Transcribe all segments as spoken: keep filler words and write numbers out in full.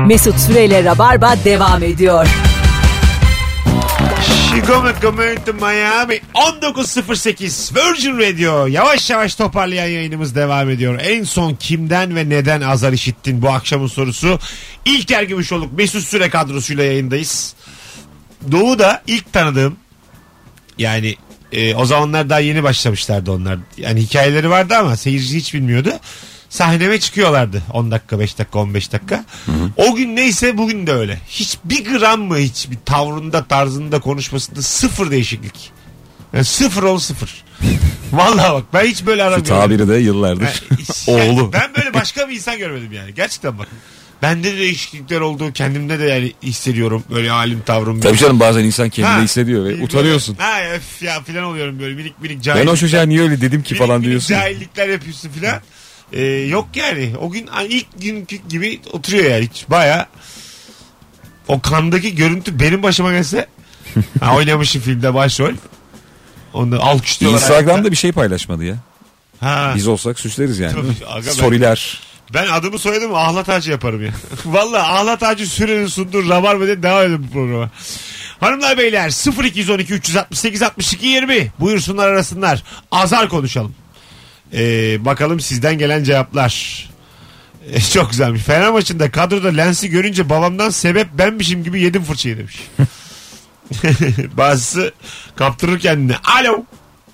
Mesut Süreyle Rabarba devam ediyor. She gonna come to Miami. on dokuz sıfır sekiz Virgin Radio. Yavaş yavaş toparlayan yayınımız devam ediyor. En son kimden ve neden azar işittin bu akşamın sorusu. İlker Gümüşoluk Mesut Süre kadrosuyla yayındayız. Doğu da ilk tanıdığım, yani e, o zamanlar daha yeni başlamışlardı onlar. Yani hikayeleri vardı ama seyirci hiç bilmiyordu. Sahneme çıkıyorlardı on dakika, beş dakika, on beş dakika. Hı hı. O gün neyse bugün de öyle. Hiç bir gram mı hiç bir tavrında, tarzında, konuşmasında sıfır değişiklik. Yani sıfır ol sıfır. Vallahi bak ben hiç böyle aramıyorum. Şu tabiri de yıllardır. Yani, oğlu. Ben böyle başka bir insan görmedim yani. Gerçekten bak. Bende de değişiklikler oldu. Kendimde de yani hissediyorum. Böyle halim, tavrım. Tabii canım, bazen insan kendini ha, hissediyor ve böyle, utanıyorsun. Ha öf ya filan oluyorum böyle minik minik cahillikler. Ben o çocuğa niye öyle dedim ki minik, falan minik diyorsun. Cahillikler yapıyorsun filan. Ee, yok yani. O gün ilk günkü gibi oturuyor yani. Hiç baya o kandaki görüntü benim başıma gelse ha, oynamışım filmde başrol. Onu alkışlıyorlar. Instagram'da hayatta. Bir şey paylaşmadı ya. Ha. Biz olsak süsleriz yani. Storyler. Ben, ben adımı soyadımı Ahlat Ağacı yaparım ya. Vallahi Ahlat Ağacı Süren'in sunduğu Rabarba'da devam edin bu programa. Hanımlar beyler sıfır iki on iki üç altı sekiz altmış iki yirmi buyursunlar arasınlar. Azar konuşalım. Ee, bakalım sizden gelen cevaplar. Ee, çok güzelmiş. Fener maçında kadroda Lens'i görünce babamdan sebep benmişim gibi yedim fırçayı demiş. Bazısı kaptırır kendini. Alo.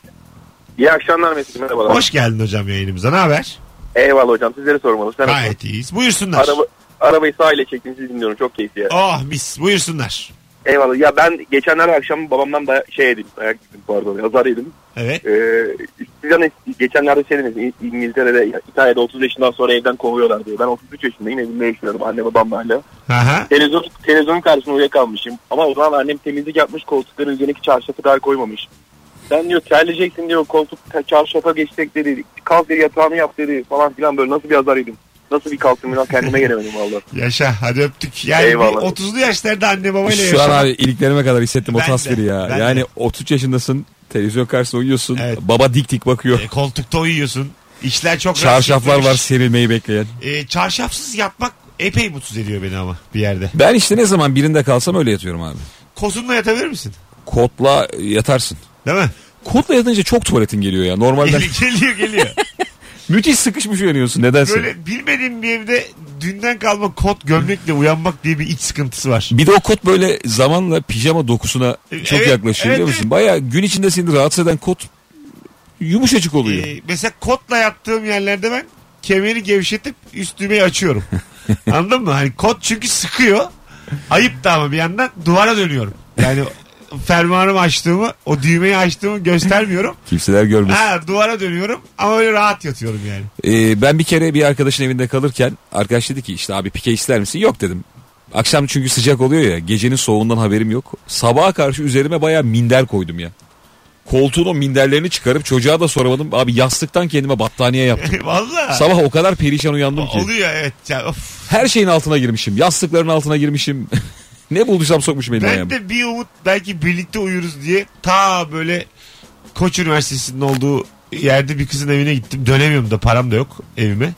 İyi akşamlar Mesut, merhabalar. Hoş geldin hocam yayınımıza. Ne haber? Eyvallah hocam, sizleri sormalı. Sen gayet nasılsın? iyiyiz. Buyursunlar. Araba, arabayı sahile çektiğinizi dinliyorum, çok keyifli ya. Oh mis, buyursunlar. Eyvallah. Ya ben geçenlerde akşam babamdan da şey yedim, dayak yedim pardon, azar yedim. Evet. Ee, siz hani geçenlerde şey dediniz, İngiltere'de, İtalya'da otuz yaşından sonra evden kovuyorlar diye. Ben otuz üç yaşındayım, evimde yaşıyorum anne babamla hala. Aha. Televizyon, televizyonun karşısında uyuyakalmışım. Ama o zaman annem temizlik yapmış, koltukların üzerindeki çarşafı daha koymamış. Ben diyor terleyeceksin diyor, koltuk çarşafa geçecek dedi, kalk dedi, yatağını yap dedi falan filan, böyle nasıl bir azar yedim. Nasıl bir kalktım ben kendime gelemedim valla. Yaşa hadi öptük. Yani otuzlu yaşlarda anne babayla yaşa. Şu an abi iliklerime kadar hissettim ben o tasviri ya. Yani de. otuz üç yaşındasın, televizyon karşısında uyuyorsun. Evet. Baba dik dik bakıyor. E, koltukta uyuyorsun. İşler çok çarşaflar var serilmeyi bekleyen. E, çarşafsız yatmak epey mutsuz ediyor beni ama bir yerde. Ben işte ne zaman birinde kalsam öyle yatıyorum abi. Kotunla yatabilir misin? Kotla yatarsın. Değil mi? Kotla yatınca çok tuvaletin geliyor ya. Normalden. Geliyor geliyor. Müthiş sıkışmış uyanıyorsun nedense. Böyle bilmediğim bir evde dünden kalma kot gömlekle uyanmak diye bir iç sıkıntısı var. Bir de o kot böyle zamanla pijama dokusuna çok evet, yaklaşıyor evet, biliyor musun? Evet. Baya gün içinde seni rahatsız eden kot yumuşacık oluyor. Ee, mesela kotla yattığım yerlerde ben kemeri gevşetip üst düğmeyi açıyorum. Anladın mı? Hani kot çünkü sıkıyor. Ayıp da ama bir yandan duvara dönüyorum. Yani fermuarımı açtığımı, o düğmeyi açtığımı göstermiyorum. Kimseler görmez. Ha, duvara dönüyorum ama öyle rahat yatıyorum yani. Ee, ben bir kere bir arkadaşın evinde kalırken arkadaş dedi ki işte abi pike ister misin? Yok dedim. Akşam çünkü sıcak oluyor ya, gecenin soğuğundan haberim yok. Sabaha karşı üzerime bayağı minder koydum ya. Koltuğun o minderlerini çıkarıp çocuğa da soramadım. Abi yastıktan kendime battaniye yaptım. Vallahi. Sabah o kadar perişan uyandım ki. Oluyor evet. Ya, her şeyin altına girmişim. Yastıkların altına girmişim. Ne bulduysam sokmuşum elime ayağıma. Ben de bir umut belki birlikte uyuruz diye ta böyle Koç Üniversitesi'nin olduğu yerde bir kızın evine gittim. Dönemiyorum da, param da yok evime.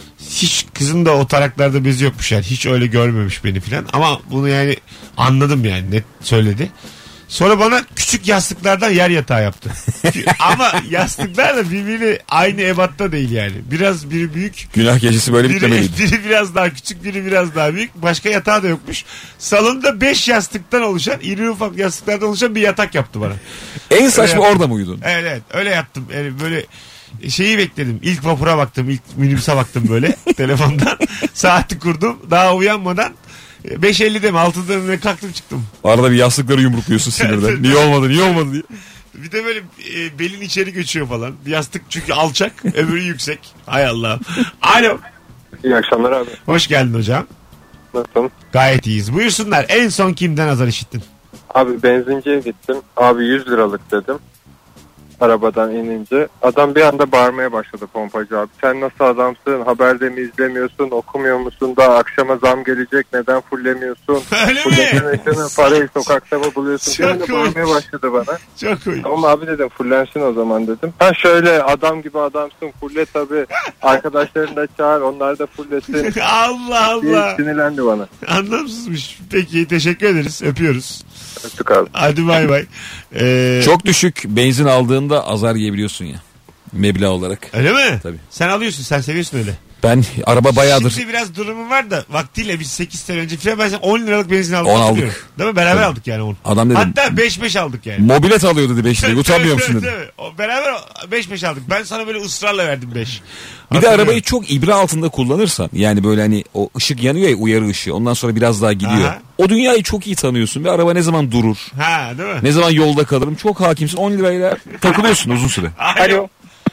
Hiç kızın da o taraklarda bezi yokmuş yani. Hiç öyle görmemiş beni filan. Ama bunu yani anladım yani, net söyledi. Sonra bana küçük yastıklardan yer yatağı yaptı. Ama yastıklar da birbiri aynı ebatta değil yani. Biraz biri büyük. Günah gecesi böyle biri, bitmemeliydi. Biri biraz daha küçük, biri biraz daha büyük. Başka yatağı da yokmuş. Salonda beş yastıktan oluşan, iri ufak yastıklardan oluşan bir yatak yaptı bana. En saçma orada mı uyudun? Evet evet, öyle yattım. Yani böyle şeyi bekledim. İlk vapura baktım, ilk minibüse baktım böyle telefondan. Saati kurdum. Daha uyanmadan beş elli'de mi altıda mı kalktım çıktım. Arada bir yastıkları yumrukluyorsun sinirden. Niye olmadı niye olmadı diye. Bir de böyle e, belin içeri göçüyor falan. Bir yastık çünkü alçak, öbürü yüksek. Hay Allah. Alo. İyi akşamlar abi. Hoş geldin hocam. Nasılsın? Gayet iyiyiz. Buyursunlar. En son kimden azar işittin? Abi benzinciye gittim. Abi yüz liralık dedim. arabadan inince. Adam bir anda bağırmaya başladı pompacı abi. Sen nasıl adamsın? Haberde mi izlemiyorsun? Okumuyor musun? Daha akşama zam gelecek. Neden fullemiyorsun? Öyle mi? Parayı sokakta mı buluyorsun? Çok Bir anda bağırmaya başladı bana. Çok iyi. Tamam abi dedim, fullensin o zaman dedim. Ha şöyle adam gibi adamsın, fulle tabii. Arkadaşlarını da çağır, onlar da fullesin. Allah Allah. Sinirlendi bana. Anlamsızmış. Peki teşekkür ederiz. Öpüyoruz. Öptük abi. Hadi bay bay. Ee, Çok düşük benzin aldığında azar yiyebiliyorsun ya. Meblağ olarak. Öyle mi? Tabii. Sen alıyorsun, sen seviyorsun öyle. Ben araba bayağıdır. Şimdi biraz durumum var da vaktiyle biz sekiz sene önce falan ben on liralık benzin aldık. on aldık. Değil mi? Beraber Tabii. aldık yani on. Adam dedi. Hatta beş beş aldık yani. Mobilet alıyor dedi beş lirayı. Utanmıyor musun dedi. O beraber beş beş aldık. Ben sana böyle ısrarla verdim beş. Bir de arabayı çok ibre altında kullanırsan, yani böyle hani o ışık yanıyor ya, uyarı ışığı, ondan sonra biraz daha gidiyor. Aha. O dünyayı çok iyi tanıyorsun ve araba ne zaman durur, Ha, değil mi? ne zaman yolda kalırım çok hakimsin, on lirayla takılıyorsun uzun süre. Alo.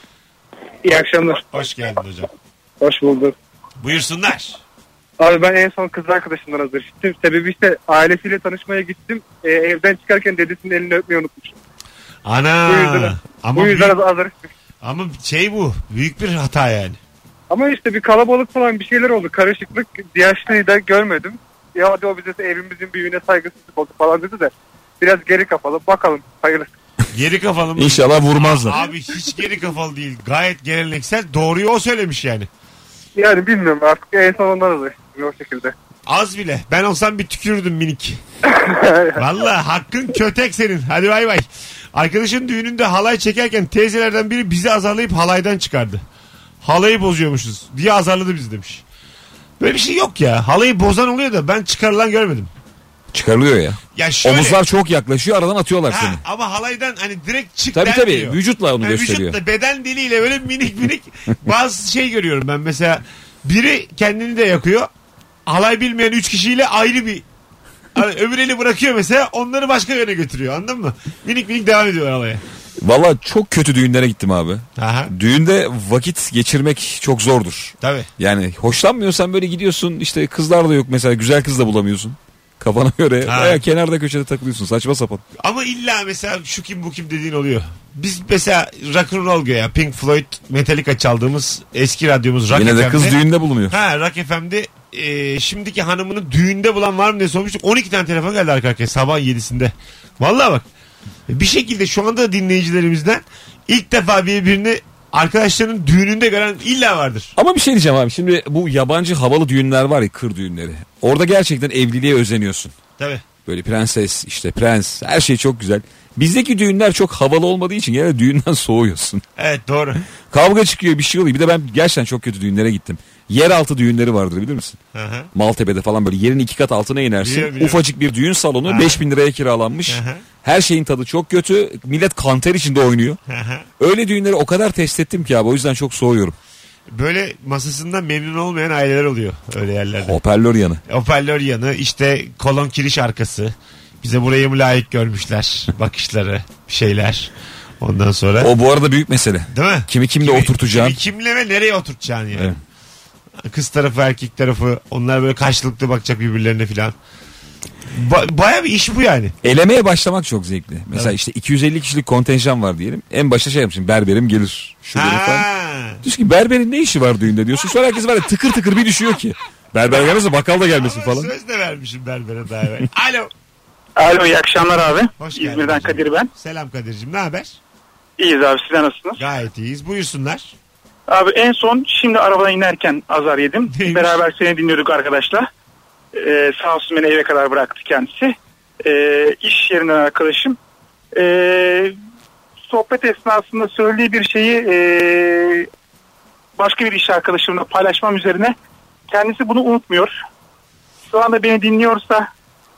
İyi akşamlar. Hoş geldin hocam. Hoş bulduk. Buyursunlar. Abi ben en son kız arkadaşımdan hazır işittim. Sebebi işte ailesiyle tanışmaya gittim. Ee, evden çıkarken dedesinin elini öpmeyi unutmuşum. Ana. Bu yüzden, ama bu yüzden büyük, hazır işittim. ama şey bu. Büyük bir hata yani. Ama işte bir kalabalık falan bir şeyler oldu. Karışıklık. Yaşlıyı da görmedim. Ya hadi o bize evimizin büyüğüne saygısızlık oldu falan dedi de. Biraz geri kafalı. Bakalım. Hayırlısı. Geri kafalı mı? İnşallah vurmazlar. Abi hiç geri kafalı değil. Gayet geleneksel. Doğruyu o söylemiş yani. Yani bilmiyorum artık en son ondan hazır işittim o şekilde. Az bile. Ben olsam bir tükürürdüm minik. Valla hakkın kötek senin. Hadi bay bay. Arkadaşın düğününde halay çekerken teyzelerden biri bizi azarlayıp halaydan çıkardı. Halayı bozuyormuşuz diye azarladı bizi demiş. Böyle bir şey yok ya. Halayı bozan oluyor da ben çıkarılan görmedim. Çıkarılıyor ya. Ya şöyle, Omuzlar çok yaklaşıyor, aradan atıyorlar ha, seni. ama halaydan hani direkt çık Tabii denmiyor. tabii, vücutla onu yani gösteriyor. Vücutla, beden diliyle böyle minik minik bazı şey görüyorum ben. Mesela biri kendini de yakıyor. Halay bilmeyen üç kişiyle ayrı bir hani öbür eli bırakıyor mesela, onları başka yöne götürüyor, anladın mı? Minik minik devam ediyor halaya. Valla çok kötü düğünlere gittim abi. Aha. Düğünde vakit geçirmek çok zordur. Tabii. Yani hoşlanmıyorsan böyle gidiyorsun, işte kızlar da yok mesela, güzel kız da bulamıyorsun. Kafana göre Ha. baya kenarda köşede takılıyorsun, saçma sapan. Ama illa mesela şu kim bu kim dediğin oluyor. Biz mesela rock'n'roll ya Pink Floyd, Metallica çaldığımız eski radyomuz Rock Yine F M'de. de kız düğünde bulunuyor. Ha, Rock F M'de e, şimdiki hanımını düğünde bulan var mı diye sormuştuk. on iki tane telefon geldi arka arkaya sabah yedisinde. Vallahi bak. Bir şekilde şu anda dinleyicilerimizden ilk defa birbirini arkadaşlarının düğününde gören illa vardır. Ama bir şey diyeceğim abi, şimdi bu yabancı havalı düğünler var ya, kır düğünleri. Orada gerçekten evliliğe özeniyorsun. Tabii. Böyle prenses, işte prens, her şey çok güzel. Bizdeki düğünler çok havalı olmadığı için genelde düğünden soğuyorsun. Evet, doğru. Kavga çıkıyor, bir şey oluyor. Bir de ben gerçekten çok kötü düğünlere gittim. Yeraltı düğünleri vardır, bilir misin? Hı hı. Maltepe'de falan böyle yerin iki kat altına inersin. Biliyorum, biliyorum. Ufacık bir düğün salonu, Ha. beş bin liraya kiralanmış. Hı hı. Her şeyin tadı çok kötü. Millet kanter içinde oynuyor. Hı hı. Öyle düğünleri o kadar test ettim ki abi, o yüzden çok soğuyorum. Böyle masasından memnun olmayan aileler oluyor öyle yerlerde. Hoparlör yanı. Hoparlör yanı, işte kolon kiriş arkası. Bize burayı mı layık görmüşler, bakışları, şeyler. Ondan sonra. O bu arada büyük mesele. Değil mi? Kimi kimle oturtacağın. Kimi kimle ve nereye oturtacaksın yani. Evet. Kız tarafı, erkek tarafı, onlar böyle karşılıklı bakacak birbirlerine filan. Ba- Baya bir iş bu yani. Elemeye başlamak çok zevkli. Mesela Evet. işte iki yüz elli kişilik kontenjan var diyelim. En başta şey yapmışım, berberim gelir. Şu gelir falan. Ha. Diyorsun ki berberin ne işi var düğünde diyorsun. Sonra herkes var ya tıkır tıkır bir düşüyor ki. Berber gelmezse bakkal da gelmesin Ama falan. söz de vermişim berbere daha evvel. Alo. Alo, iyi akşamlar abi. Hoş geldin İzmir'den hocam. Kadir ben. Selam Kadir'cim, ne haber? İyiyiz abi, sizler nasılsınız? Gayet iyiyiz, buyursunlar. Abi en son şimdi arabadan inerken azar yedim. Neymiş? Beraber seni dinliyorduk arkadaşlar. Ee, sağ olsun beni eve kadar bıraktı kendisi. Ee, iş yerinden arkadaşım. Ee, sohbet esnasında söylediği bir şeyi ee, başka bir iş arkadaşımla paylaşmam üzerine kendisi bunu unutmuyor. Şu anda beni dinliyorsa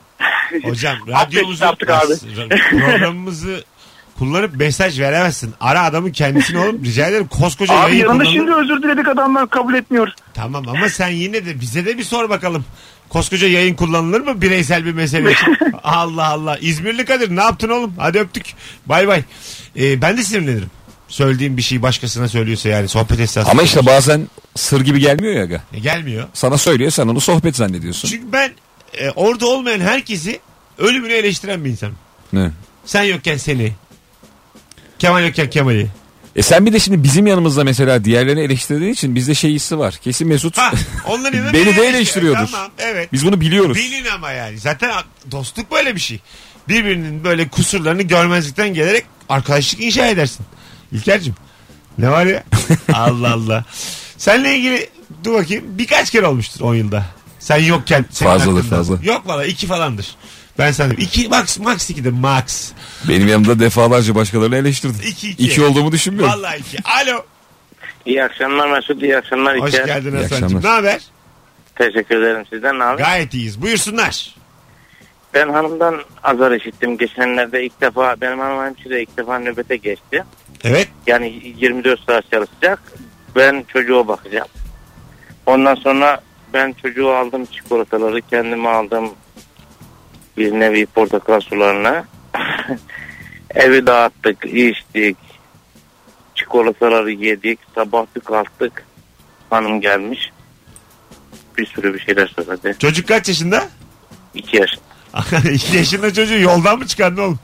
Hocam Affet, radyomuzu, yaptık abi. programımızı kullanıp mesaj veremezsin. Ara adamın kendisini oğlum, rica ederim. Koskoca abi yayın yanında kullanır. şimdi özür diledik, adamlar kabul etmiyor. Tamam ama sen yine de bize de bir sor bakalım. Koskoca yayın kullanılır mı bireysel bir mesele için? Allah Allah. İzmirli Kadir, ne yaptın oğlum? Hadi öptük. Bay bay. Ee, ben de sinirlenirim. Söylediğim bir şeyi başkasına söylüyorsa yani sohbet esnasında. Ama işte bazen sır gibi gelmiyor ya aga. E, gelmiyor. Sana söylüyor, sen onu sohbet zannediyorsun. Çünkü ben e, orada olmayan herkesi ölümünü eleştiren bir insanım. Ne? Sen yokken seni. Kemal yokken Kemal'i. E sen bir de şimdi bizim yanımızda mesela diğerlerini eleştirdiğin için bizde şey hissi var. Kesin Mesut Ha, onların beni de eleştiriyordur. Tamam, evet. Biz bunu biliyoruz. Bilin ama yani. Zaten dostluk böyle bir şey. Birbirinin böyle kusurlarını görmezlikten gelerek arkadaşlık inşa edersin. İlker'cim ne var ya? Allah Allah. Seninle ilgili dur bakayım birkaç kere olmuştur on yılda. Sen yokken. Fazladır fazla. Yok valla iki falandır. Ben sana diyeyim. İki, max, max ikidir max. Benim yanımda defalarca başkalarını eleştirdin. İki, iki. İki olduğumu düşünmüyorum. Vallahi iki. Alo. İyi akşamlar Mesut, iyi akşamlar. Hoş İlker. geldin İyi Hasan'cığım. akşamlar. Ne haber? Teşekkür ederim, sizden ne haber? Gayet iyiyiz. Buyursunlar. Ben hanımdan azar işittim. Geçenlerde ilk defa, benim hanım hemşire ilk defa nöbete geçti. Evet. Yani yirmi dört saat çalışacak. Ben çocuğa bakacağım. Ondan sonra ben çocuğu aldım, çikolataları kendime aldım. Bir nevi portakal sularını. Evi dağıttık, içtik. Çikolataları yedik. Sabah bir kalktık. Hanım gelmiş. Bir sürü bir şeyler söyledi. Çocuk kaç yaşında? İki yaşında. İki yaşında çocuğu yoldan mı çıkardın oğlum?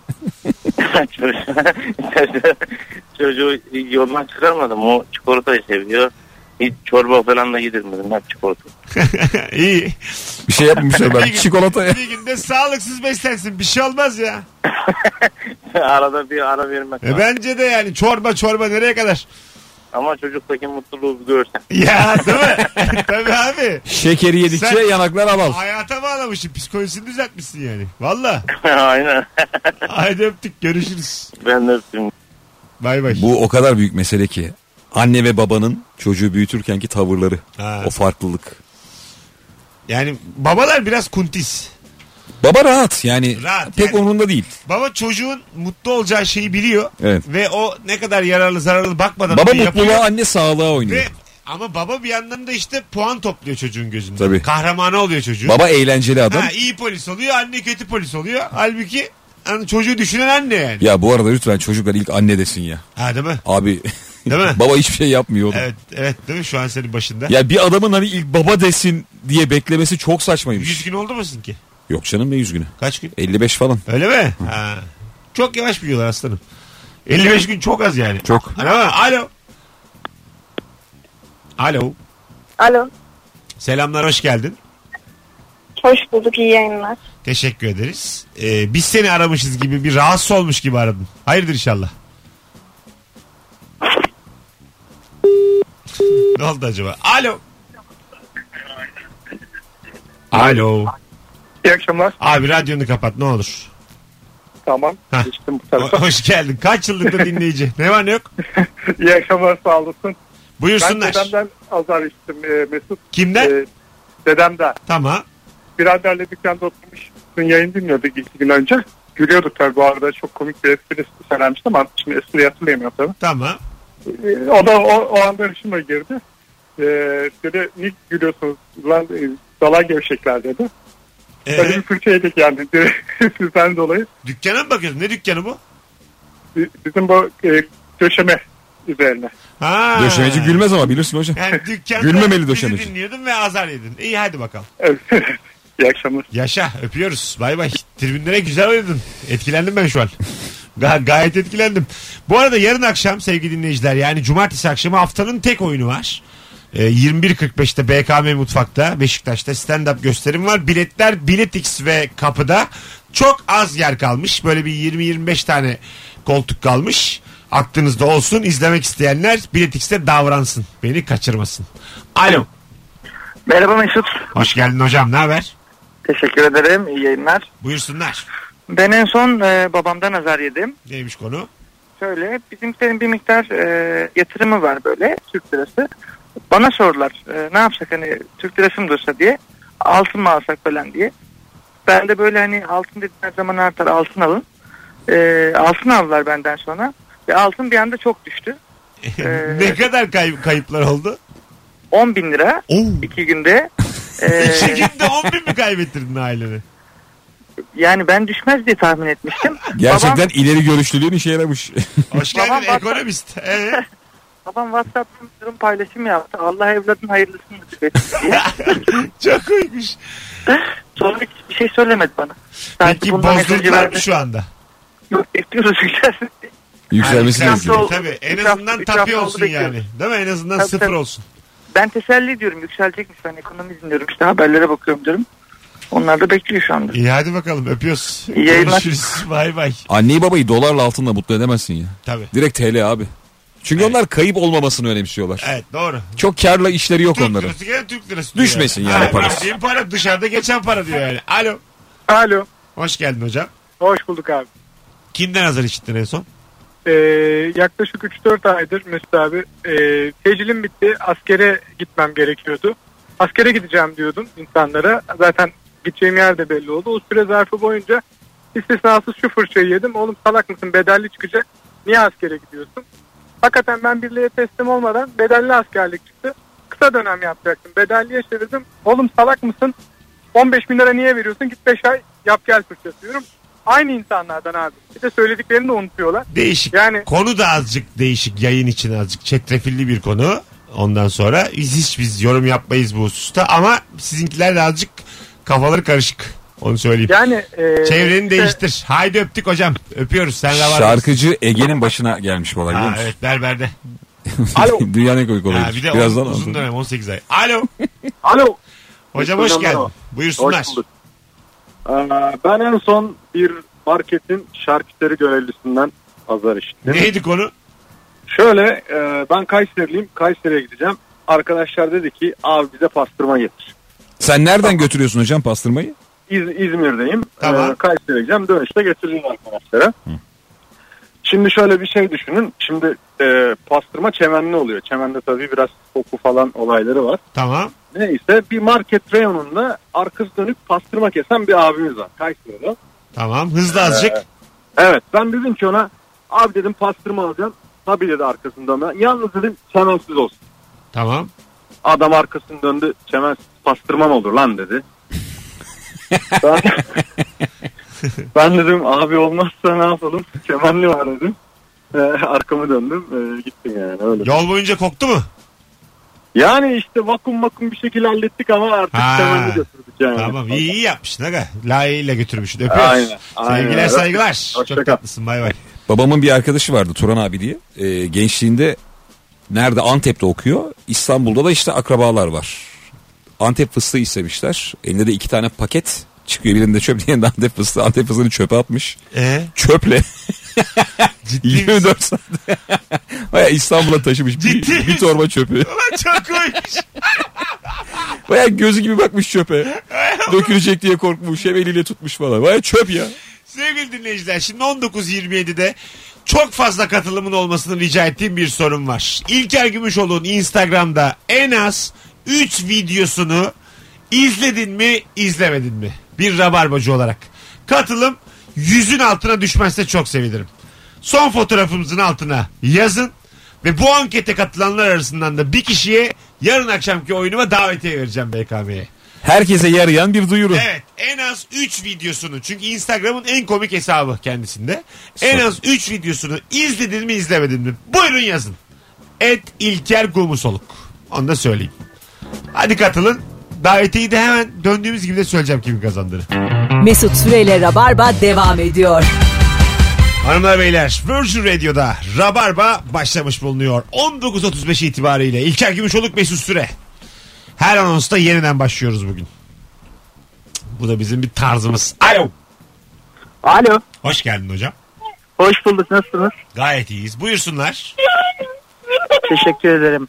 Çocuğu yoldan çıkarmadım. O çikolatayı seviyor. Hiç çorba falan da yedirmedim. Hep çikolata. İyi. Bir şey yapmışlar ben. Bir gün- Çikolataya. Bir günde sağlıksız beslensin. Bir şey olmaz ya. Arada bir ara vermek E var. bence de yani çorba çorba nereye kadar? Ama çocuktaki mutluluğu bir görsen. Ya değil mi? Tabii abi. Şekeri yedikçe Sen- yanaklar aval. Hayata bağlamışsın. Psikolojisini düzeltmişsin yani. Valla. Aynen. Haydi öptük. Görüşürüz. Ben de öptüm. Bay bay. Bu o kadar büyük mesele ki. Anne ve babanın çocuğu büyütürkenki tavırları. Ha. O farklılık. Yani babalar biraz kuntis. Baba rahat yani. Rahat, pek yani- umurunda değil. Baba çocuğun mutlu olacağı şeyi biliyor. Evet. Ve o ne kadar yararlı zararlı bakmadan Baba onu yapıyor. mutluluğa, anne sağlığa oynuyor. Ve ama baba bir yandan da işte puan topluyor çocuğun gözünde. Tabii. Kahramanı oluyor çocuğun. Baba eğlenceli adam. Ha, iyi polis oluyor, anne kötü polis oluyor. Halbuki hani çocuğu düşünen anne yani. Ya bu arada lütfen çocuklar ilk anne desin ya. Ha değil mi? Abi Değil mi? baba hiçbir şey yapmıyor oğlum. Evet, evet değil mi? Şu an senin başında. Ya bir adamın hani ilk baba desin diye beklemesi çok saçmaymış. yüz gün oldu musun ki? Yok canım ne yüz günü? Kaç gün? elli beş falan. Öyle mi? Ha. Çok yavaş büyüyorlar aslanım. elli beş gün çok az yani. Çok. Hani ama alo. Alo. Alo. Selamlar, hoş geldin. Hoş bulduk, iyi yayınlar. Teşekkür ederiz. Ee, biz seni aramışız gibi bir rahatsız olmuş gibi aradın. Hayırdır inşallah. Ne oldu acaba? Alo. Alo. İyi akşamlar. Abi radyonu kapat ne olur. Tamam. Hah. Geçtim bu Ho- tarafa. Hoş geldin. Kaç yıllık dinleyici? Ne var ne yok? İyi akşamlar, sağ olasın. Ben Buyursunlar. dedemden azar işittim e, Mesut. Kimden? E, dedemden. Tamam. Biraderle dükkanda oturmuş. Dün yayın dinliyorduk iki gün önce. Gülüyorduk tabii, bu arada çok komik bir espri söylemişti ama şimdi espriyi hatırlayamıyorum tabii. Tamam. E, o da o, o anda işime girdi. E, dedi niye gülüyorsunuz lan, e, dala gevşekler dedi. Ee, Böyle bir fırça yedik yani sizden dolayı. dükkana mı bakıyorsun? Ne dükkanı bu? Bizim bu e, döşeme üzerine. Ha. Döşemeci gülmez ama bilirsin hocam. Yani dükkanda Gülmemeli bizi döşemeci. dinliyordun ve azar yedin. İyi hadi bakalım. Evet. İyi akşamlar. Yaşa, öpüyoruz. Bay bay. Tribünlere güzel oynadın. Etkilendim ben şu an. Ga- gayet etkilendim. Bu arada yarın akşam sevgili dinleyiciler, yani cumartesi akşamı haftanın tek oyunu var. Ee, yirmi bir kırk beşte B K M Mutfak'ta Beşiktaş'ta stand-up gösterim var. Biletler Biletix ve kapıda. Çok az yer kalmış. Böyle bir yirmi yirmi beş tane koltuk kalmış. Aklınızda olsun. İzlemek isteyenler Biletix'te davransın. Beni kaçırmasın. Alo. Merhaba Mesut. Hoş geldin hocam. Ne haber? Teşekkür ederim. İyi yayınlar. Buyursunlar. Ben en son e, babamdan azar yedim. Neymiş konu? Şöyle, bizimkilerin bir miktar e, yatırımı var böyle, Türk lirası. Bana sordular e, ne yapsak hani Türk lirası mı dursa diye, altın mı alsak falan diye. Ben de böyle hani altın dediğin zaman artar, altın alın. E, altın aldılar benden sonra ve altın bir anda çok düştü. Ee, Ne kadar kay- kayıplar oldu? on bin lira Oo. iki günde. E, İki günde on bin mi kaybettirdin aileni? yani ben düşmez diye tahmin etmiştim. Gerçekten Babam, ileri görüşlülüğün işe yaramış. Hoş Babam geldin bak- ekonomist. Ee? babam WhatsApp'tan bir durum paylaşım yaptı. Allah evladın hayırlısını nasip etsin diye. Çok uymuş. Sonra hiçbir şey söylemedi bana. Sanki Peki bundan mesajı bozdurdular mı verdi. şu anda? Yok, bekliyoruz güzel. Yükselmesi Yani gerekiyor. yükselsin, tabii. En üç azından hafta- tapi üç hafta olsun oldu yani. Değil mi? En azından Tabii, sıfır tabii. olsun. Ben teselli ediyorum. Yükselecekmiş. Ben ekonomi dinliyorum. İşte haberlere bakıyorum diyorum. Onlar da bekliyor şu anda. İyi hadi bakalım öpüyoruz. İyi yayınlar. Görüşürüz. Bay bay. Anneyi babayı dolarla altınla mutlu edemezsin ya. Tabii. Direkt T L abi. Çünkü Evet. onlar kayıp olmamasını önemsiyorlar. Evet doğru. Çok karla işleri yok Türk onların. lirası gene Türk lirası diyor. Düşmesin yani Ha, parası. bildiğin para dışarıda geçen para diyor yani. Alo. Alo. Hoş geldin hocam. Hoş bulduk abi. Kimden hazır işittin en son? Ee, yaklaşık üç dört aydır Mesut abi. Ee, tecilim bitti. Askere gitmem gerekiyordu. Askere gideceğim diyordum insanlara. Zaten gideceğim yer de belli oldu. O süre zarfı boyunca istisnasız şu fırçayı yedim. Oğlum salak mısın, bedelli çıkacak. Niye askere gidiyorsun? Hakikaten ben birliğe teslim olmadan bedelli askerlik çıktı. Kısa dönem yapacaktım. Bedelliye çevirdim. Oğlum salak mısın? on beş bin lira niye veriyorsun? Git beş ay yap gel fırçası diyorum. Aynı insanlardan abi. Bir de söylediklerini de unutuyorlar. Değişik. Yani- Konu da azıcık değişik. Yayın için azıcık çetrefilli bir konu. Ondan sonra biz hiç biz yorum yapmayız bu hususta. Ama sizinkiler de azıcık kafaları karışık. Onu söyleyeyim. Yani e, Çevreni işte- değiştir. Haydi öptük hocam. Öpüyoruz. Sen de var. Şarkıcı Ege'nin başına gelmiş bu olay biliyor Ha, musun? evet berberde. Alo. Dünyanın en komik Ha, olayı. bir de Birazdan on, uzun anlatırım. dönem on sekiz ay. Alo. Alo. Hocam hoş Hocam geldin. merhaba. Buyursunlar. Hoş bulduk. Ee, ben en son bir marketin şarküteri görevlisinden azar işittim. Neydi konu? Şöyle e, ben Kayseriliyim. Kayseri'ye gideceğim. Arkadaşlar dedi ki abi bize pastırma getir. Sen nereden götürüyorsun hocam pastırmayı? İz, İzmir'deyim. Tamam. Ee, Kayseri'ye gideceğim. Dönüşte getireceğim arkadaşlara. Şimdi şöyle bir şey düşünün. Şimdi e, pastırma çemenli oluyor. Çemende tabii biraz koku falan olayları var. Tamam. Neyse bir market reyonunda arkası dönük pastırma kesen bir abimiz var. Kayseri'de. Tamam. Hızlı azıcık. Evet ben dedim ki ona abi dedim pastırma alacağım. Tabii dedi arkasından da. Yalnız dedim çemensiz olsun. Tamam. Adam arkasını döndü. Çemensiz pastırma mı olur lan dedi. ben, ben dedim abi olmazsa ne yapalım? Çemenli var dedim. Ee, arkamı döndüm. Ee, gittim yani öyle. Yol boyunca koktu mu? Yani işte vakum vakum bir şekilde hallettik ama artık Ha. çemenli götürdük yani. Tamam iyi, iyi yapmışsın aga. Layığıyla götürmüşsün. Öpüyoruz. Aynen, aynen. Sevgiler saygılar. Hoşça Çok kal. tatlısın bay bay. Babamın bir arkadaşı vardı Turan abi diye. Ee, gençliğinde nerede Antep'te okuyor. İstanbul'da da işte akrabalar var. Antep fıstığı istemişler. Elinde de iki tane paket çıkıyor. Birinde çöp, diğerinde Antep fıstığı. Antep fıstığını çöpe atmış. Ee? Çöple. Ciddi yirmi dört saat. Baya İstanbul'a taşımış. Ciddi Bir, bir torba çöpü. Ulan çok koymuş. Baya gözü gibi bakmış çöpe. Dökülecek diye korkmuş. Hem eliyle tutmuş falan. Baya çöp ya. Sevgili dinleyiciler şimdi on dokuz yirmi yedide çok fazla katılımın olmasını rica ettiğim bir sorun var. İlker Gümüşoğlu'nun Instagram'da en az üç videosunu izledin mi izlemedin mi? Bir rabarbacı olarak. Katılım yüzün altına düşmezse çok sevinirim. Son fotoğrafımızın altına yazın ve bu ankete katılanlar arasından da bir kişiye yarın akşamki oyunuma davetiye vereceğim B K M'ye. Herkese yarayan bir duyuru. Evet en az üç videosunu çünkü Instagram'ın en komik hesabı kendisinde. En az üç videosunu izledin mi izlemedin mi? Buyurun yazın. Et İlker Gumusoluk. Onu da söyleyeyim. Hadi katılın. Davetiyi de hemen döndüğümüz gibi de söyleyeceğim kimin kazandığını. Mesut Süreyle Rabarba devam ediyor. Hanımlar beyler Virgin Radio'da Rabarba başlamış bulunuyor. on dokuz otuz beş itibariyle İlker Gümüşoluk Mesut Süre. Her anonsta yeniden başlıyoruz bugün. Bu da bizim bir tarzımız. Alo. Alo. Hoş geldin hocam. Hoş bulduk. Nasılsınız? Gayet iyiyiz. Buyursunlar. Teşekkür ederim.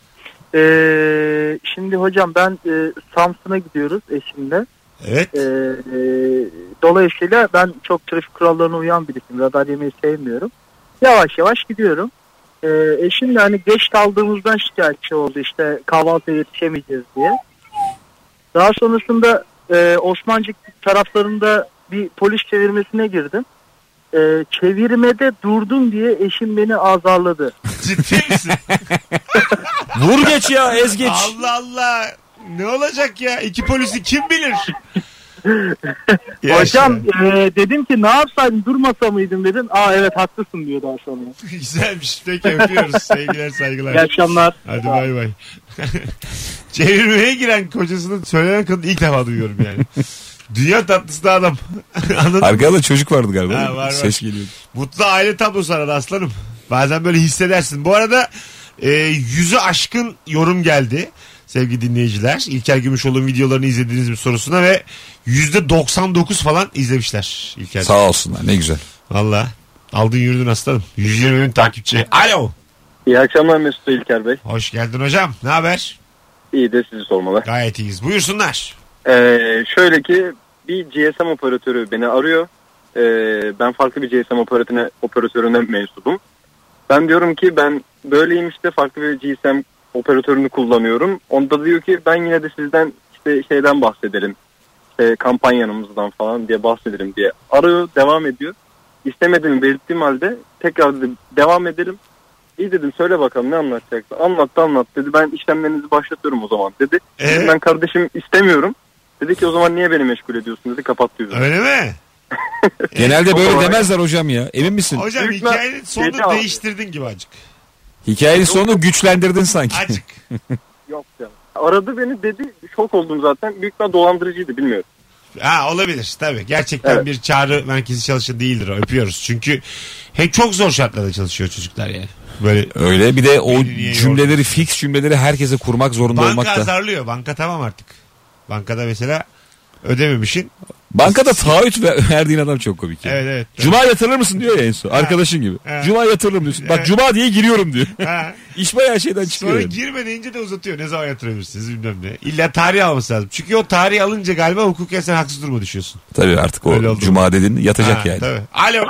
Ee, şimdi hocam ben e, Samsun'a gidiyoruz eşimle. Evet. Ee, e, dolayısıyla ben çok trafik kurallarına uyan birisiyim. Radar yemeyi sevmiyorum. Yavaş yavaş gidiyorum. Ee, eşim de hani geç kaldığımızdan şikayetçi oldu işte kahvaltıya yetişemeyeceğiz diye. Daha sonrasında e, Osmancık taraflarında bir polis çevirmesine girdim. Ee, çevirmede durdum diye eşim beni azarladı. Ciddi misin? Vur geç ya ez geç. Allah Allah. Ne olacak ya? İki polisi kim bilir? Hocam e, dedim ki ne yapsaydım durmasa mıydım dedim. Aa evet haklısın diyor daha sonra. Güzelmiş. Peki öpüyoruz. Sevgiler saygılar. İyi akşamlar. Hadi bay bay. Çevirmeye giren kocasının söylenen kadını ilk defa duyuyorum yani. Dünya tatlısı da adam. Anladın mı? Arkada çocuk vardı galiba. Ha, var, var. Ses geliyordu. Mutlu aile tablosu arada aslanım. Bazen böyle hissedersin. Bu arada e, yüzü aşkın yorum geldi sevgili dinleyiciler. İlker Gümüşoğlu'nun videolarını izlediğiniz bir sorusuna ve yüzde doksan dokuz falan izlemişler İlker. Sağ olsunlar, ne güzel. Valla aldın yürüdün aslanım. yüz yirmi bin takipçi. Alo. İyi akşamlar Mesut İlker Bey. Hoş geldin hocam. Ne haber? İyi de sizi sormalı. Gayet iyiyiz. Buyursunlar. Ee, şöyle ki bir G S M operatörü beni arıyor. Ee, ben farklı bir G S M operatörüne, operatörüne mensubum. Ben diyorum ki ben böyleyim işte, farklı bir G S M operatörünü kullanıyorum. Onda diyor ki ben yine de sizden işte şeyden bahsedelim. İşte kampanyanımızdan falan diye bahsedelim diye. Arıyor, devam ediyor. İstemediğimi belirttiğim halde tekrar dedim devam edelim. İyi dedim, söyle bakalım ne anlatacaksın. Anlattı anlat dedi. Ben işlemlerinizi başlatıyorum o zaman dedi. Ee? Dedim, ben kardeşim istemiyorum. Dedi ki o zaman niye beni meşgul ediyorsun dedi, kapattı yüzünü. Öyle mi? Genelde böyle demezler hocam ya. Emin misin? Hocam Büyük hikayenin sonunu Gece aldı. değiştirdin gibi acık. Hikayenin sonunu güçlendirdin sanki. Acık. Yok canım. Aradı beni dedi, şok oldum zaten. Büyük bir dolandırıcıydı, bilmiyorum. Ha, olabilir tabii. Gerçekten Evet. bir çağrı merkezi çalışan değildir o. Öpüyoruz. Çünkü hem çok zor şartlarda çalışıyor çocuklar yani. Böyle Öyle bir de o Beni niye cümleleri, yordun? fix cümleleri herkese kurmak zorunda banka olmak da. azarlıyor. Banka tamam artık. Bankada mesela ödememişin. Bankada taahhüt ver- verdiğin adam çok komik. Ya. Evet evet. Cuma yatırır mısın diyor ya en son. Arkadaşın gibi. Ha. Cuma yatırırım diyorsun. Bak Evet. Cuma diye giriyorum diyor. Ha. İş bayağı şeyden çıkıyor. Sonra yani. girme deyince de uzatıyor. Ne zaman yatırabilirsiniz bilmem ne. İlla tarih alması lazım. Çünkü o tarih alınca galiba hukuken sen haksız duruma düşüyorsun. Tabii artık Öyle o oldu. Cuma dediğin yatacak Ha, yani. Tabii. Alo.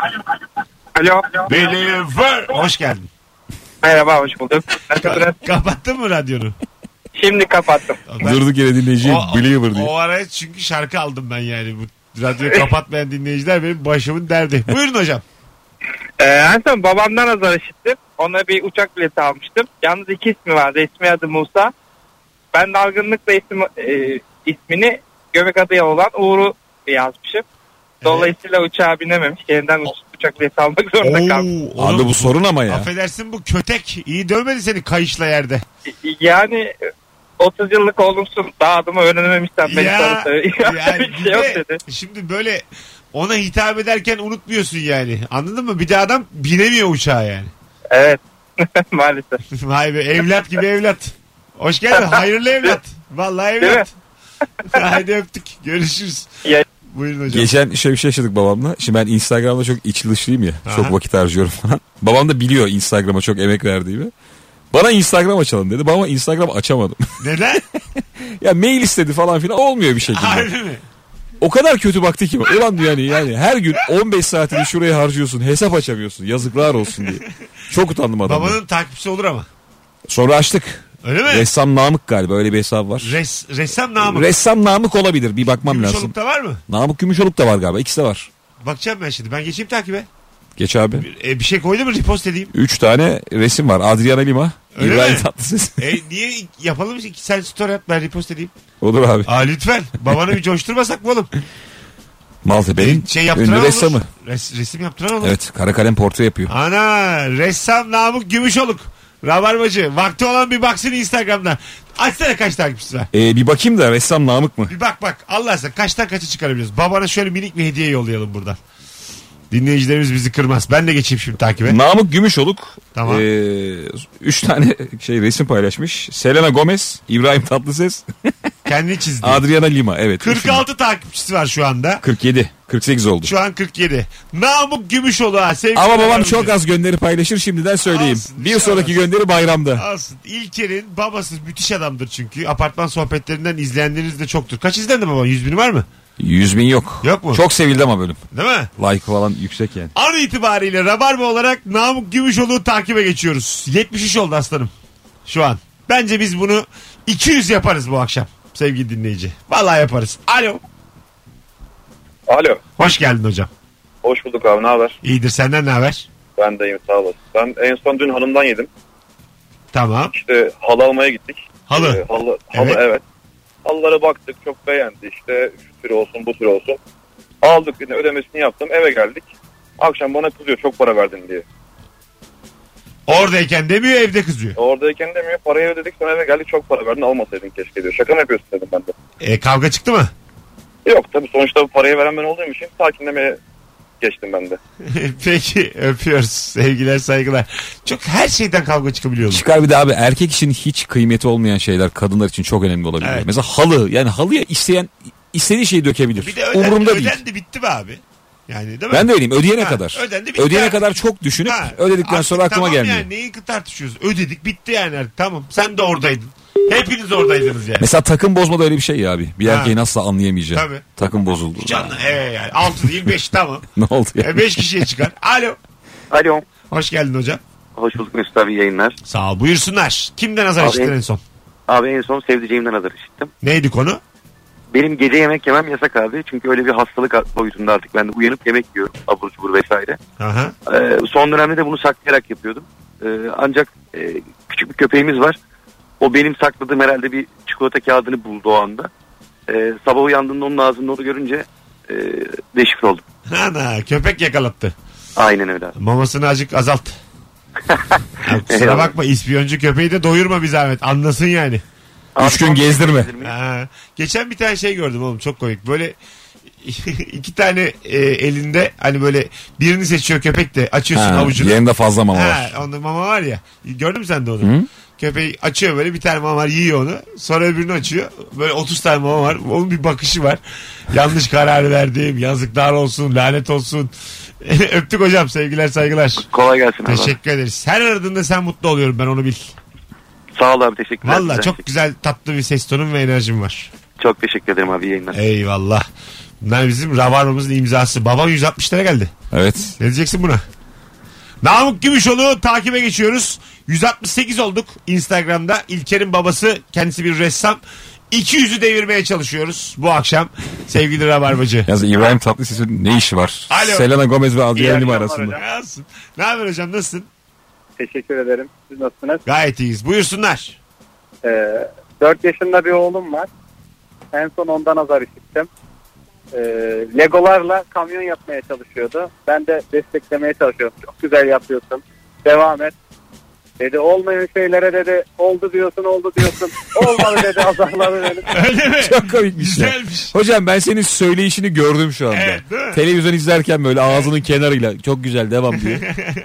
Alo. Believer. Hoş geldin. Merhaba, hoş bulduk. Nasılsınız? Kapattın mı radyonu? Şimdi kapattım. Ben- Durduk yere dinleyiciye o, believer diye. o araya çünkü şarkı aldım ben yani. Bu radyoyu kapatmayan dinleyiciler benim başımın derdi. Buyurun hocam. Ee, en son babamdan azar işittim. Ona bir uçak bileti almıştım. Yalnız iki ismi vardı. İsmi adı Musa. Ben dalgınlıkla isim, e, ismini göbek adıya olan Uğur'u yazmışım. Dolayısıyla uçağa binememiş. Yeniden uç, uçak bileti almak zorunda kaldım. Oo, Abi bu sorun ama ya. affedersin bu kötek iyi dövmedi seni kayışla yerde. Yani otuz yıllık olumsuz daha adımı öğrenememişsen beni Ya, tanısı. yani Bir bir şey yok de dedi. şimdi böyle ona hitap ederken unutmuyorsun yani. Anladın mı? Bir de adam binemiyor uçağa yani. Evet. Maalesef. Vay be, evlat gibi evlat. Hoş geldin. Hayırlı evlat. Vallahi Değil evlat. Haydi öptük. Görüşürüz. Ya- Buyurun hocam. Geçen şöyle bir şey yaşadık babamla. Şimdi ben Instagram'da çok içli dışlıyım ya. Aha. Çok vakit harcıyorum falan. Babam da biliyor Instagram'a çok emek verdiğimi. Bana Instagram açalım dedi. Ama Instagram açamadım. Neden? Ya mail istedi falan filan, olmuyor bir şekilde. Harbi mi? O kadar kötü baktı ki. Ulan diyor yani, yani her gün on beş saatini şuraya harcıyorsun. Hesap açamıyorsun. Yazıklar olsun diye. Çok utandım adamdan. Babanın takipçisi olur ama. Sonra açtık. Öyle mi? Ressam Namık galiba, öyle bir hesap var. Res, ressam Namık. Ressam Namık olabilir, bir bakmam lazım. Gümüşoluk'ta var mı? Namık Gümüşoluk da var galiba, ikisi de var. Bakacağım ben şimdi. Ben geçeyim takibe. Geç abi. E, bir şey koydu mu repost edeyim. Üç tane resim var. Adriana Lima, Öyle İbrahim mi? Tatlıses. E, niye yapalım ki? Sen story at, ben repost edeyim. Olur abi. Aa, lütfen. Babanı bir coşturmasak mı oğlum? Maltepe'nin Şey yaptıran ünlü olur. ressamı. Res, resim yaptıran olur. Evet, kara kalem portre yapıyor. Ana, ressam Namık Gümüşoluk. Rabarbacı. Vakti olan bir baksın Instagram'da. Açsana kaç takipçisi var. Ee, bir bakayım da ressam Namık mı? Bir bak bak. Allah aşkına kaçtan kaçı çıkarabiliyoruz? Babana şöyle minik bir hediye yollayalım buradan. Dinleyicilerimiz bizi kırmaz. Ben de geçeyim şimdi takibe. Namık Gümüşoluk. Tamam. Ee, üç tane şey resim paylaşmış. Selena Gomez, İbrahim Tatlıses, Kendini çizdi. Adriana Lima. Evet. kırk altı takipçisi var şu anda. kırk yedi. kırk sekiz oldu. Şu an kırk yedi. Namık Gümüşoluk ha. Sevgili Ama babam Rabarbacı. çok az gönderi paylaşır, şimdiden söyleyeyim. Alsın, bir şey sonraki olmaz. gönderi bayramda. Alsın. İlker'in babası müthiş adamdır çünkü. Apartman sohbetlerinden izleyenleriniz de çoktur. Kaç izlendi baba? yüz bin var mı? yüz bin yok. Yok mu? Çok sevildi ama bölüm. Değil mi? Like falan yüksek yani. An itibariyle Rabarba olarak Namık Gümüşoluk'u takibe geçiyoruz. yetmiş üç oldu aslanım. Şu an. Bence biz bunu iki yüz yaparız bu akşam sevgili dinleyici. Vallahi yaparız. Alo. Alo. Hoş geldin hocam. Hoş bulduk abi, ne haber? İyidir, senden ne haber? Ben de iyiyim, sağ olasın. Ben en son dün hanımdan yedim. Tamam. İşte halı almaya gittik. Halı. Ee, halı, halı Evet. evet. Halılara baktık, çok beğendi. İşte şu tür olsun, bu tür olsun. Aldık, yine ödemesini yaptım, eve geldik. Akşam bana kızıyor, çok para verdin diye. Oradayken demiyor, evde kızıyor. Oradayken demiyor, parayı ödedik, sonra eve geldik, çok para verdin, almasaydın keşke diyor. Şaka mı yapıyorsun dedim ben de. E, kavga çıktı mı? Yok tabii, sonuçta bu parayı veren ben olduğum için sakinlemeye geçtim ben de. Peki öpüyoruz. Sevgiler saygılar. Çok her şeyden kavga çıkabiliyor. Çıkar bir de abi erkek için hiç kıymeti olmayan şeyler kadınlar için çok önemli olabilir. Evet. Mesela halı yani halıya isteyen istediği şeyi dökebilir. Bir de öden, Umurumda ödendi, değil. ödendi bitti be abi. Yani değil mi? Ben de öyleyim ödeyene ha, kadar. Ödendi, bitti ödeyene abi. kadar çok düşünüp ha, ödedikten sonra aklıma tamam gelmiyor. Yani neyi tartışıyoruz? Ödedik bitti yani. Tamam sen de oradaydın. Hepiniz oradaydınız yani. Mesela takım bozma da öyle bir şey ya abi. Bir Ha. erkeğin asla anlayamayacağım. Tabii. Takım bozuldu. Canlı e yani altı değil beş tamam. Ne oldu ya? E, beş kişiye çıkar. Alo. Alo. Hoş geldin hocam. Hoş bulduk Mesut abi, yayınlar. Sağ ol. Buyursunlar. Kimden azar Abi- işittin en son? Abi en son sevdiceğimden azar işittim. Neydi konu? Benim gece yemek yemem yasak abi. Çünkü öyle bir hastalık boyutunda artık ben de uyanıp yemek yiyorum. Abur cubur vesaire. Aha. Ee, son dönemde de bunu saklayarak yapıyordum. Ee, ancak e, küçük bir köpeğimiz var. O benim sakladığım herhalde bir çikolata kağıdını buldu o anda. Ee, sabah uyandığımda onun ağzında onu görünce e, deşifre oldum. Ana köpek yakalattı. Aynen öyle abi. Mamasını azıcık azalt. Ya, kusura Eyvallah. bakma ispiyoncu köpeği de doyurma bir zahmet. Anlasın yani. Üç gün gezdirme. Ha. Geçen bir tane şey gördüm oğlum çok komik. Böyle iki tane e, elinde hani böyle birini seçiyor köpek de açıyorsun Ha, avucunu. yerinde fazla mama Ha, var. onda mama var ya. Gördün mü sen de onu? Hı? Köpeği açıyor böyle bir tane mama var yiyor onu. Sonra öbürünü açıyor. Böyle otuz tane mama var. Onun bir bakışı var. Yanlış karar verdim. Yazıklar olsun. Lanet olsun. Öptük hocam. Sevgiler saygılar. Kolay gelsin abi. Teşekkür ederiz. Her aradığında sen mutlu oluyorum ben onu bil. Sağ ol abi, teşekkürler. Valla çok güzel tatlı bir ses tonun ve enerjin var. Çok teşekkür ederim abi, yayınlar. Eyvallah. Bunlar bizim Rabarba'mızın imzası. Babam yüz altmış lira geldi. Evet. Ne diyeceksin buna? Namık Gümüşoğlu takibe geçiyoruz. yüz altmış sekiz olduk Instagram'da. İlker'in babası kendisi bir ressam. iki yüzü devirmeye çalışıyoruz bu akşam. Sevgili Rabarbacı. Yalnız İbrahim Tatlıses'in ne işi var? Alo. Selena Gomez ve Adriana Lima akşamlar arasında. hocam. Nasılsın? Ne haber hocam nasılsın? Teşekkür ederim. Siz nasılsınız? Gayet iyiyiz. Buyursunlar. Ee, dört yaşında bir oğlum var. En son ondan azar işittim. Ee, Legolarla kamyon yapmaya çalışıyordu. Ben de desteklemeye çalışıyorum. Çok güzel yapıyorsun. Devam et. Dedi olmayan şeylere dedi oldu diyorsun oldu diyorsun. Olmadı dedi azarladı beni. Öyle mi? Çok komikmiş ya. Güzelmiş. Hocam ben senin söyleyişini gördüm şu anda. Evet, değil mi? Televizyon izlerken böyle ağzının kenarıyla çok güzel devam diyor.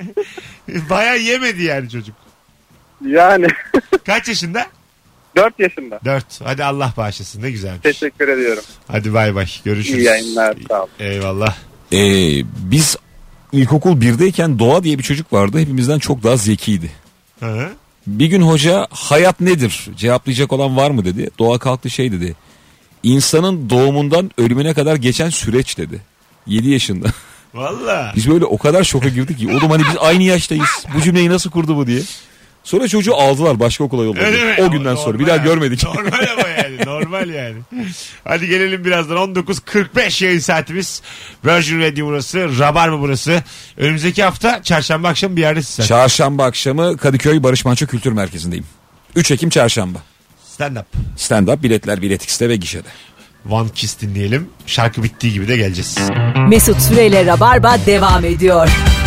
Baya yemedi yani çocuk. Yani Kaç yaşında? dört yaşında. Dört. Hadi Allah bağışlasın. Ne güzelmiş. Teşekkür ediyorum. Hadi bay bay. Görüşürüz. İyi yayınlar. Sağ olun. Eyvallah. Ee, biz ilkokul birdeyken Doğa diye bir çocuk vardı. Hepimizden çok daha zekiydi. Hı. Bir gün hoca hayat nedir cevaplayacak olan var mı dedi. Doğa kalktı şey dedi. İnsanın doğumundan ölümüne kadar geçen süreç dedi. yedi yaşında. Valla. Biz böyle o kadar şoka girdik ki. Oğlum hani biz aynı yaştayız. Bu cümleyi nasıl kurdu bu diye. Sonra çocuğu aldılar başka okula Öyle yolladılar. mi? O günden sonra bir Normal daha yani. görmedik. Normal ama yani. Normal yani. Hadi gelelim birazdan. on dokuz kırk beş yayın saatimiz. Virgin Radio burası. Rabarba burası. Önümüzdeki hafta çarşamba akşamı bir yerdesin sen. Çarşamba akşamı Kadıköy Barış Manço Kültür Merkezi'ndeyim. üç Ekim çarşamba. Stand up. Stand up biletler Bilet X'te ve gişede. One Kiss dinleyelim. Şarkı bittiği gibi de geleceğiz. Mesut Süreyle Rabarba devam ediyor.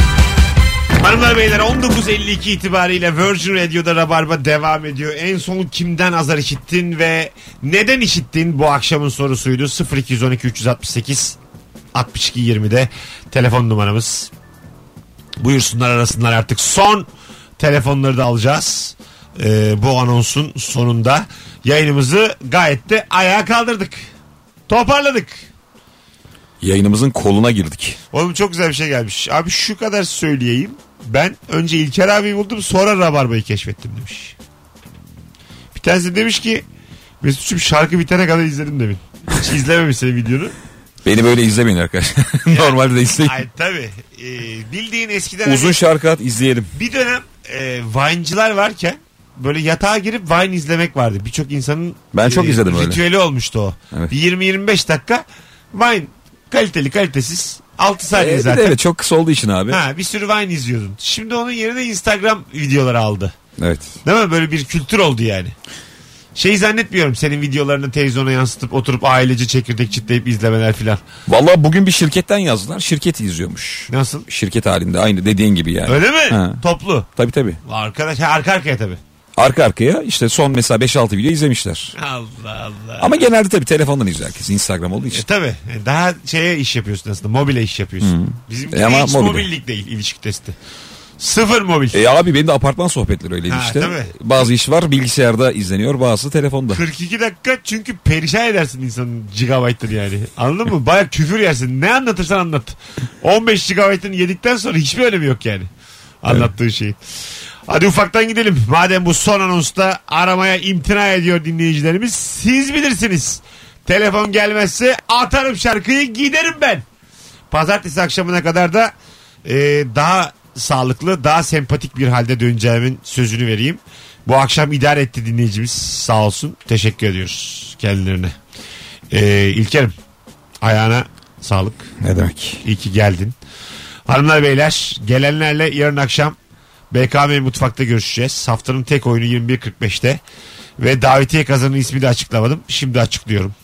Hanımlar beyler on dokuz elli iki itibariyle Virgin Radio'da Rabarba devam ediyor. En son kimden azar işittin ve neden işittin bu akşamın sorusuydu. sıfır iki on iki üç altı sekiz altmış iki yirmide telefon numaramız. Buyursunlar arasınlar artık. Son telefonları da alacağız. Ee, bu anonsun sonunda yayınımızı gayet de ayağa kaldırdık. Toparladık. Yayınımızın koluna girdik. Oğlum çok güzel bir şey gelmiş. Abi şu kadar söyleyeyim. Ben önce İlker abiyi buldum sonra Rabarba'yı keşfettim demiş. Bir tanesi demiş ki Mesut'cum şarkı bitene kadar izledim demin. Hiç izlememiş senin videonu. Beni böyle izlemeyin arkadaşlar. Normalde de izleyin. Ay tabii. Ee, bildiğin eskiden Uzun hani şarkı at izleyelim. bir dönem e, Vine'cılar varken böyle yatağa girip Vine izlemek vardı. Birçok insanın Ben çok izledim öyle. ritüeli olmuştu o. Evet. Bir yirmi yirmi beş dakika Vine kaliteli kalitesiz altı saniye Ee, bir de zaten. evet çok kısa olduğu için abi. Ha, bir sürü Vine izliyordun. Şimdi onun yerine Instagram videoları aldı. Evet. Değil mi? Böyle bir kültür oldu yani. Şey zannetmiyorum senin videolarını televizyona yansıtıp oturup ailece çekirdek çitleyip izlemeler filan. Vallahi bugün bir şirketten yazdılar. Şirket izliyormuş. Nasıl? Şirket halinde aynı dediğin gibi yani. Öyle mi? Ha. Toplu. Tabii tabii. Arkadaş ha, arka arkaya tabii. Arka arkaya işte son mesela beş altı video izlemişler. Allah Allah. Ama genelde tabii telefondan izliyor herkes. Instagram olduğu için. E, tabii. Daha şeye iş yapıyorsun aslında. Mobile iş yapıyorsun. Hmm. Bizimki e, hiç mobile. Mobillik değil ilişki testi. Sıfır mobil. E abi benim de apartman sohbetleri öyleydi ha, işte. Tabii. Bazı iş var bilgisayarda izleniyor, bazı telefonda. kırk iki dakika çünkü perişan edersin insanın gigabaytını yani. Anladın mı? Baya küfür yersin. Ne anlatırsan anlat. on beş gigabaytını yedikten sonra hiçbir önemi yok yani. Anlattığı evet. Şeyi. Hadi ufaktan gidelim. Madem bu son anonsta aramaya imtina ediyor dinleyicilerimiz. Siz bilirsiniz. Telefon gelmezse atarım şarkıyı, giderim ben. Pazartesi akşamına kadar da e, daha sağlıklı, daha sempatik bir halde döneceğimin sözünü vereyim. Bu akşam idare etti dinleyicimiz, sağ olsun. Teşekkür ediyoruz kendilerine. Ee, İlker'im, ayağına sağlık. Ne demek? İyi ki geldin. Hanımlar beyler, gelenlerle yarın akşam B K M Mutfak'ta görüşeceğiz. Haftanın tek oyunu yirmi bir kırk beşte ve davetiye kazanın ismi de açıklamadım. Şimdi açıklıyorum.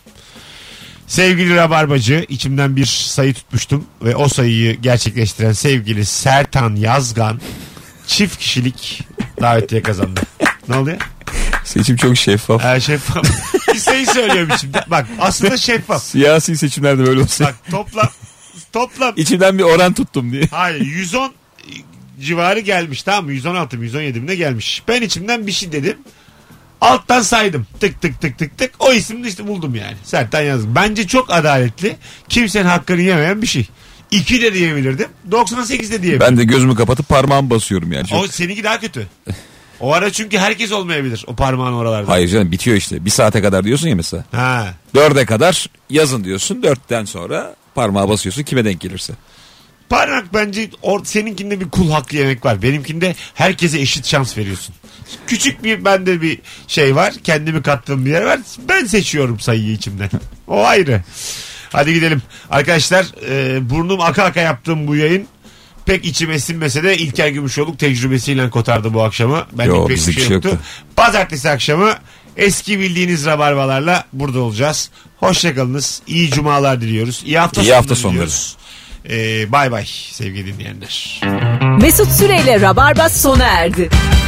Sevgili Rabarbacı, içimden bir sayı tutmuştum ve o sayıyı gerçekleştiren sevgili Sertan Yazgan çift kişilik davetiye kazandı. Ne oluyor? Seçim çok şeffaf. Ee, şeffaf. Bir sayı söylüyorum içimden. Bak aslında şeffaf. Siyasi seçimlerde böyle olsa. Bak toplam toplam. İçimden bir oran tuttum diye. Hayır, yüz on civarı gelmiş, tamam mı? yüz on altı yüz on yedi ne gelmiş. Ben içimden bir şey dedim. Alttan saydım. Tık tık tık tık tık. O ismini işte buldum yani. Sertan Yazgan. Bence çok adaletli. Kimsenin hakkını yemeyen bir şey. iki de diyebilirdim. doksan sekiz de diyebilirdim. Ben de gözümü kapatıp parmağımı basıyorum yani. Çok... O seninki daha kötü. O ara çünkü herkes olmayabilir o parmağın oralarda. Hayır canım, bitiyor işte. Bir saate kadar diyorsun ya mesela. Ha. Dörde kadar yazın diyorsun. Dörtten sonra parmağa basıyorsun kime denk gelirse. Parmak bence or, seninkinde bir kul hakkı yemek var. Benimkinde herkese eşit şans veriyorsun. Küçük bir bende bir şey var. Kendimi kattığım bir yer var. Ben seçiyorum sayıyı içimden. O ayrı. Hadi gidelim. Arkadaşlar e, burnum aka aka yaptığım bu yayın pek içime sinmese de İlker Gümüşoluk tecrübesiyle kotardı bu akşamı. Bende Yo, pek bir şey yoktu. yoktu. Pazartesi akşamı eski bildiğiniz rabarbalarla burada olacağız. Hoşçakalınız. İyi cumalar diliyoruz. İyi hafta, İyi hafta sonları diliyoruz. Ee, bay bay sevgili dinleyenler. Mesut Süreyle Rabarba sona erdi.